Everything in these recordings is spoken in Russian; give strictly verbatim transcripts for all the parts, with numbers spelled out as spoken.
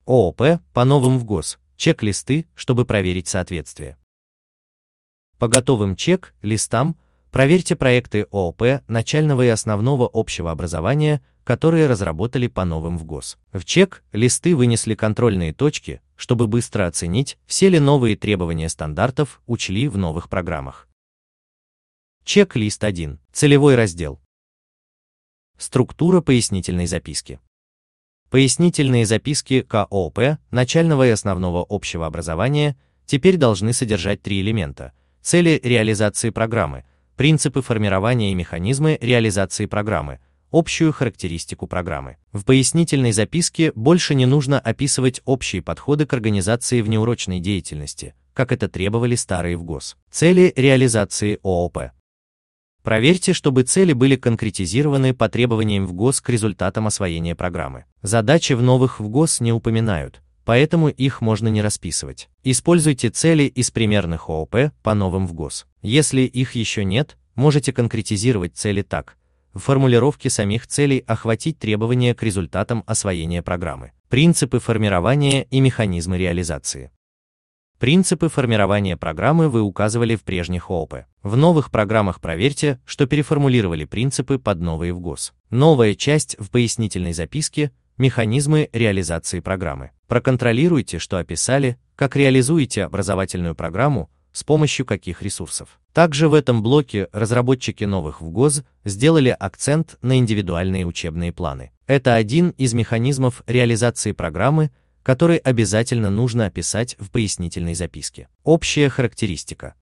ООП по новым в ГОС, чек-листы, чтобы проверить соответствие. По готовым чек-листам проверьте проекты ООП начального и основного общего образования, которые разработали по новым в ГОС. В чек-листы вынесли контрольные точки, чтобы быстро оценить, все ли новые требования стандартов учли в новых программах. Чек-лист один. Целевой раздел. Структура пояснительной записки. Пояснительные записки к ООП начального и основного общего образования теперь должны содержать три элемента: цели реализации программы, принципы формирования и механизмы реализации программы, общую характеристику программы. В пояснительной записке больше не нужно описывать общие подходы к организации внеурочной деятельности, как это требовали старые в ГОС. Цели реализации ООП. Проверьте, чтобы цели были конкретизированы по требованиям в ГОС к результатам освоения программы. Задачи в новых в ГОС не упоминают, поэтому их можно не расписывать. Используйте цели из примерных ООП по новым в ГОС. Если их еще нет, можете конкретизировать цели так: в формулировке самих целей охватить требования к результатам освоения программы. Принципы формирования и механизмы реализации. Принципы формирования программы вы указывали в прежних ООП. В новых программах проверьте, что переформулировали принципы под новые в ГОС. Новая часть в пояснительной записке – механизмы реализации программы. Проконтролируйте, что описали, как реализуете образовательную программу, с помощью каких ресурсов. Также в этом блоке разработчики новых в ГОС сделали акцент на индивидуальные учебные планы. Это один из механизмов реализации программы, который обязательно нужно описать в пояснительной записке. Общая характеристика.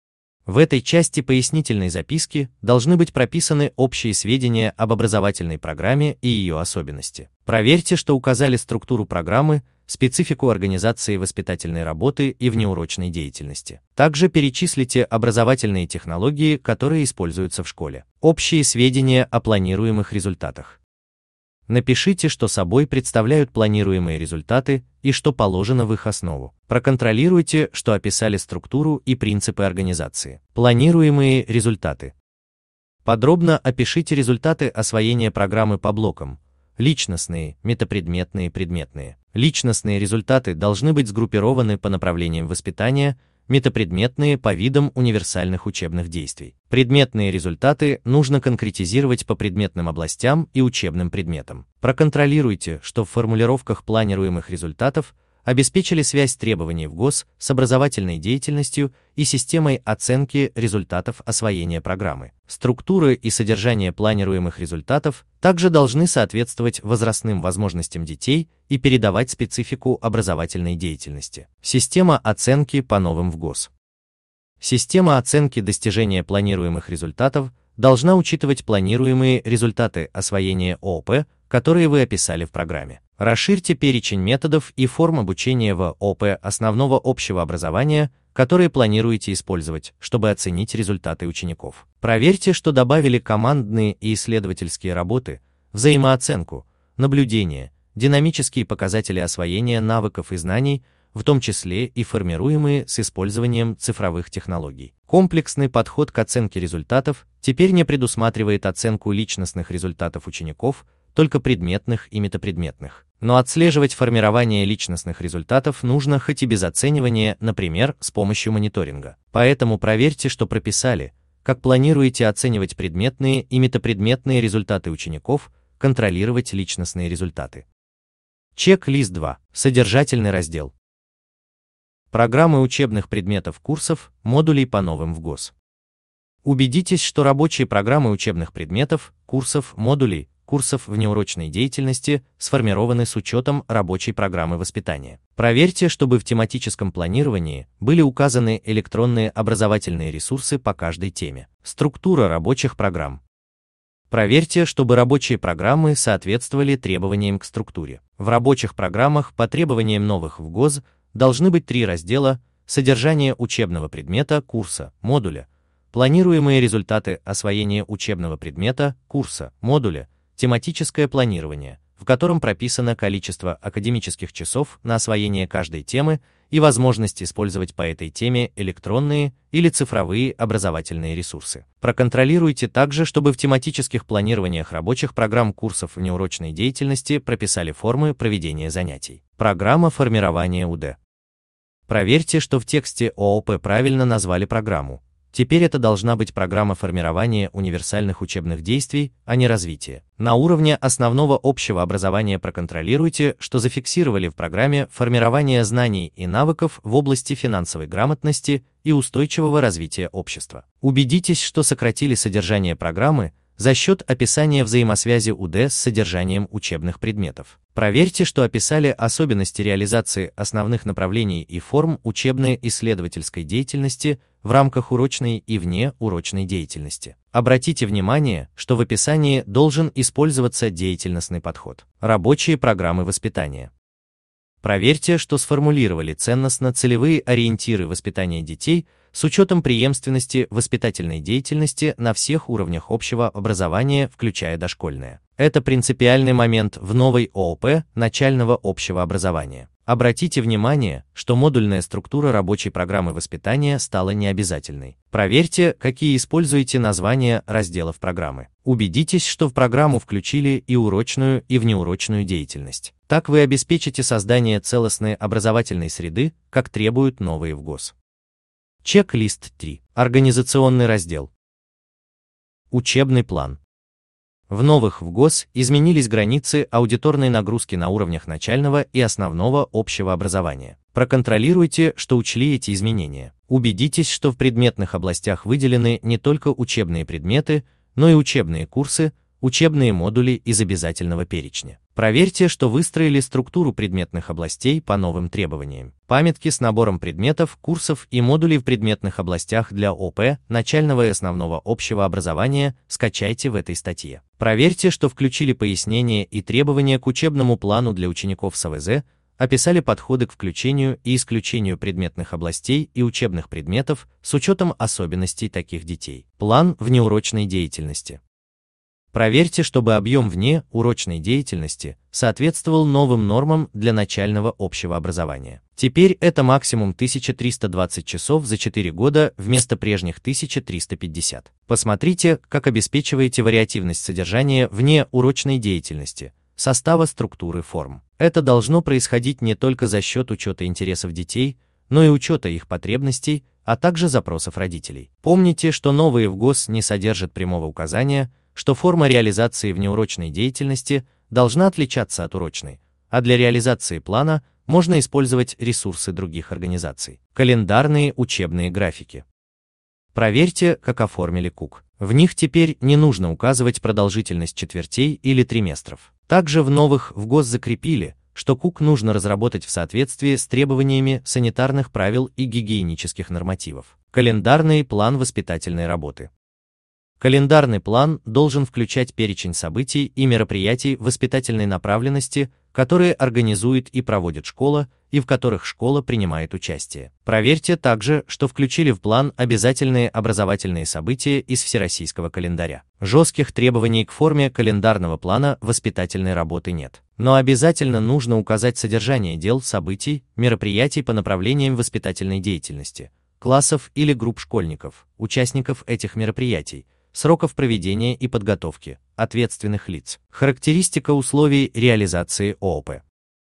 В этой части пояснительной записки должны быть прописаны общие сведения об образовательной программе и ее особенности. Проверьте, что указали структуру программы, специфику организации воспитательной работы и внеурочной деятельности. Также перечислите образовательные технологии, которые используются в школе. Общие сведения о планируемых результатах. Напишите, что собой представляют планируемые результаты и что положено в их основу. Проконтролируйте, что описали структуру и принципы организации. Планируемые результаты. Подробно опишите результаты освоения программы по блокам: личностные, метапредметные, предметные. Личностные результаты должны быть сгруппированы по направлениям воспитания, метапредметные по видам универсальных учебных действий. Предметные результаты нужно конкретизировать по предметным областям и учебным предметам. Проконтролируйте, что в формулировках планируемых результатов обеспечили связь требований в ГОС с образовательной деятельностью и системой оценки результатов освоения программы. Структура и содержание планируемых результатов также должны соответствовать возрастным возможностям детей и передавать специфику образовательной деятельности. Система оценки по новым в ГОС. Система оценки достижения планируемых результатов должна учитывать планируемые результаты освоения ООП, которые вы описали в программе. Расширьте перечень методов и форм обучения в ООП основного общего образования, которые планируете использовать, чтобы оценить результаты учеников. Проверьте, что добавили командные и исследовательские работы, взаимооценку, наблюдение, динамические показатели освоения навыков и знаний, в том числе и формируемые с использованием цифровых технологий. Комплексный подход к оценке результатов теперь не предусматривает оценку личностных результатов учеников, только предметных и метапредметных. Но отслеживать формирование личностных результатов нужно хоть и без оценивания, например, с помощью мониторинга. Поэтому проверьте, что прописали, как планируете оценивать предметные и метапредметные результаты учеников, контролировать личностные результаты. Чек-лист два. Содержательный раздел. Программы учебных предметов, курсов, модулей по новым в ГОС. Убедитесь, что рабочие программы учебных предметов, курсов, модулей, курсов внеурочной деятельности сформированы с учетом рабочей программы воспитания. Проверьте, чтобы в тематическом планировании были указаны электронные образовательные ресурсы по каждой теме. Структура рабочих программ. Проверьте, чтобы рабочие программы соответствовали требованиям к структуре. В рабочих программах по требованиям новых в ГОС должны быть три раздела: содержание учебного предмета, курса, модуля, планируемые результаты освоения учебного предмета, курса, модуля, тематическое планирование, в котором прописано количество академических часов на освоение каждой темы и возможность использовать по этой теме электронные или цифровые образовательные ресурсы. Проконтролируйте также, чтобы в тематических планированиях рабочих программ курсов внеурочной деятельности прописали формы проведения занятий. Программа формирования УД. Проверьте, что в тексте ООП правильно назвали программу. Теперь это должна быть программа формирования универсальных учебных действий, а не развития. На уровне основного общего образования проконтролируйте, что зафиксировали в программе формирование знаний и навыков в области финансовой грамотности и устойчивого развития общества. Убедитесь, что сократили содержание программы за счет описания взаимосвязи УД с содержанием учебных предметов. Проверьте, что описали особенности реализации основных направлений и форм учебно-исследовательской деятельности в рамках урочной и внеурочной деятельности. Обратите внимание, что в описании должен использоваться деятельностный подход. Рабочие программы воспитания. Проверьте, что сформулировали ценностно-целевые ориентиры воспитания детей с учетом преемственности воспитательной деятельности на всех уровнях общего образования, включая дошкольное. Это принципиальный момент в новой ООП начального общего образования. Обратите внимание, что модульная структура рабочей программы воспитания стала необязательной. Проверьте, какие используете названия разделов программы. Убедитесь, что в программу включили и урочную, и внеурочную деятельность. Так вы обеспечите создание целостной образовательной среды, как требуют новые ВГОС. Чек-лист три. Организационный раздел. Учебный план. В новых ВГОС изменились границы аудиторной нагрузки на уровнях начального и основного общего образования. Проконтролируйте, что учли эти изменения. Убедитесь, что в предметных областях выделены не только учебные предметы, но и учебные курсы, учебные модули из обязательного перечня. Проверьте, что выстроили структуру предметных областей по новым требованиям. Памятки с набором предметов, курсов и модулей в предметных областях для ОП начального и основного общего образования скачайте в этой статье. Проверьте, что включили пояснения и требования к учебному плану для учеников с АВЗ, описали подходы к включению и исключению предметных областей и учебных предметов с учетом особенностей таких детей. План внеурочной деятельности. Проверьте, чтобы объем внеурочной деятельности соответствовал новым нормам для начального общего образования. Теперь это максимум тысяча триста двадцать часов за четыре года вместо прежних тысяча триста пятьдесят. Посмотрите, как обеспечиваете вариативность содержания внеурочной деятельности, состава, структуры, форм. Это должно происходить не только за счет учета интересов детей, но и учета их потребностей, а также запросов родителей. Помните, что новые ВГОС не содержат прямого указания, что форма реализации внеурочной деятельности должна отличаться от урочной, а для реализации плана можно использовать ресурсы других организаций. Календарные учебные графики. Проверьте, как оформили КУК. В них теперь не нужно указывать продолжительность четвертей или триместров. Также в новых ВГОС закрепили, что КУК нужно разработать в соответствии с требованиями санитарных правил и гигиенических нормативов. Календарный план воспитательной работы. Календарный план должен включать перечень событий и мероприятий воспитательной направленности, которые организует и проводит школа, и в которых школа принимает участие. Проверьте также, что включили в план обязательные образовательные события из всероссийского календаря. Жестких требований к форме календарного плана воспитательной работы нет. Но обязательно нужно указать содержание дел, событий, мероприятий по направлениям воспитательной деятельности, классов или групп школьников, участников этих мероприятий, сроков проведения и подготовки, ответственных лиц. Характеристика условий реализации ООП.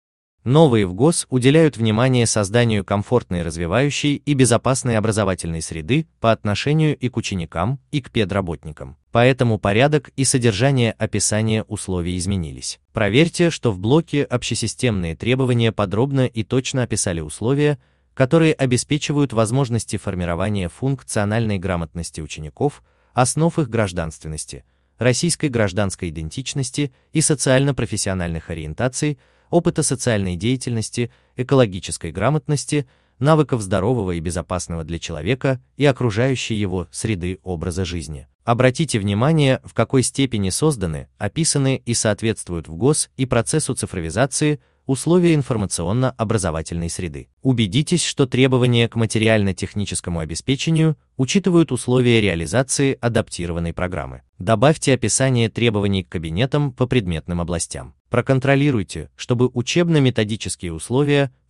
Новые ВГОС уделяют внимание созданию комфортной, развивающей и безопасной образовательной среды по отношению и к ученикам, и к педработникам. Поэтому порядок и содержание описания условий изменились. Проверьте, что в блоке «Общесистемные требования» подробно и точно описали условия, которые обеспечивают возможности формирования функциональной грамотности учеников, основ их гражданственности, российской гражданской идентичности и социально-профессиональных ориентаций, опыта социальной деятельности, экологической грамотности, навыков здорового и безопасного для человека и окружающей его среды образа жизни. Обратите внимание, в какой степени созданы, описаны и соответствуют ВГОС и процессу цифровизации условия информационно-образовательной среды. Убедитесь, что требования к материально-техническому обеспечению учитывают условия реализации адаптированной программы. Добавьте описание требований к кабинетам по предметным областям. Проконтролируйте, чтобы учебно-методические условия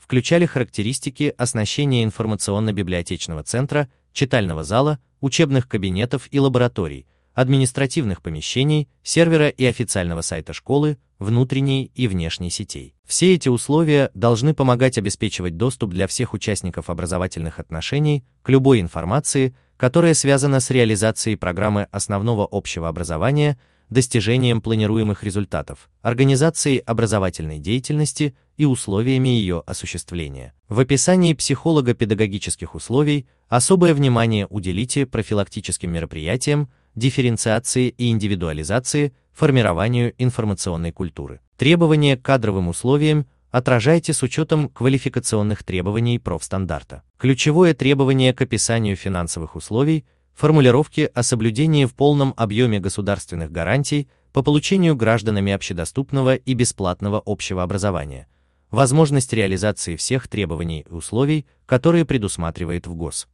включали характеристики оснащения информационно-библиотечного центра, читального зала, учебных кабинетов и лабораторий, административных помещений, сервера и официального сайта школы, внутренней и внешней сетей. Все эти условия должны помогать обеспечивать доступ для всех участников образовательных отношений к любой информации, которая связана с реализацией программы основного общего образования, достижением планируемых результатов, организацией образовательной деятельности и условиями ее осуществления. В описании психолого-педагогических условий особое внимание уделите профилактическим мероприятиям, дифференциации и индивидуализации, формированию информационной культуры. Требования к кадровым условиям отражайте с учетом квалификационных требований профстандарта. Ключевое требование к описанию финансовых условий – формулировки о соблюдении в полном объеме государственных гарантий по получению гражданами общедоступного и бесплатного общего образования, возможность реализации всех требований и условий, которые предусматривает ВГОС.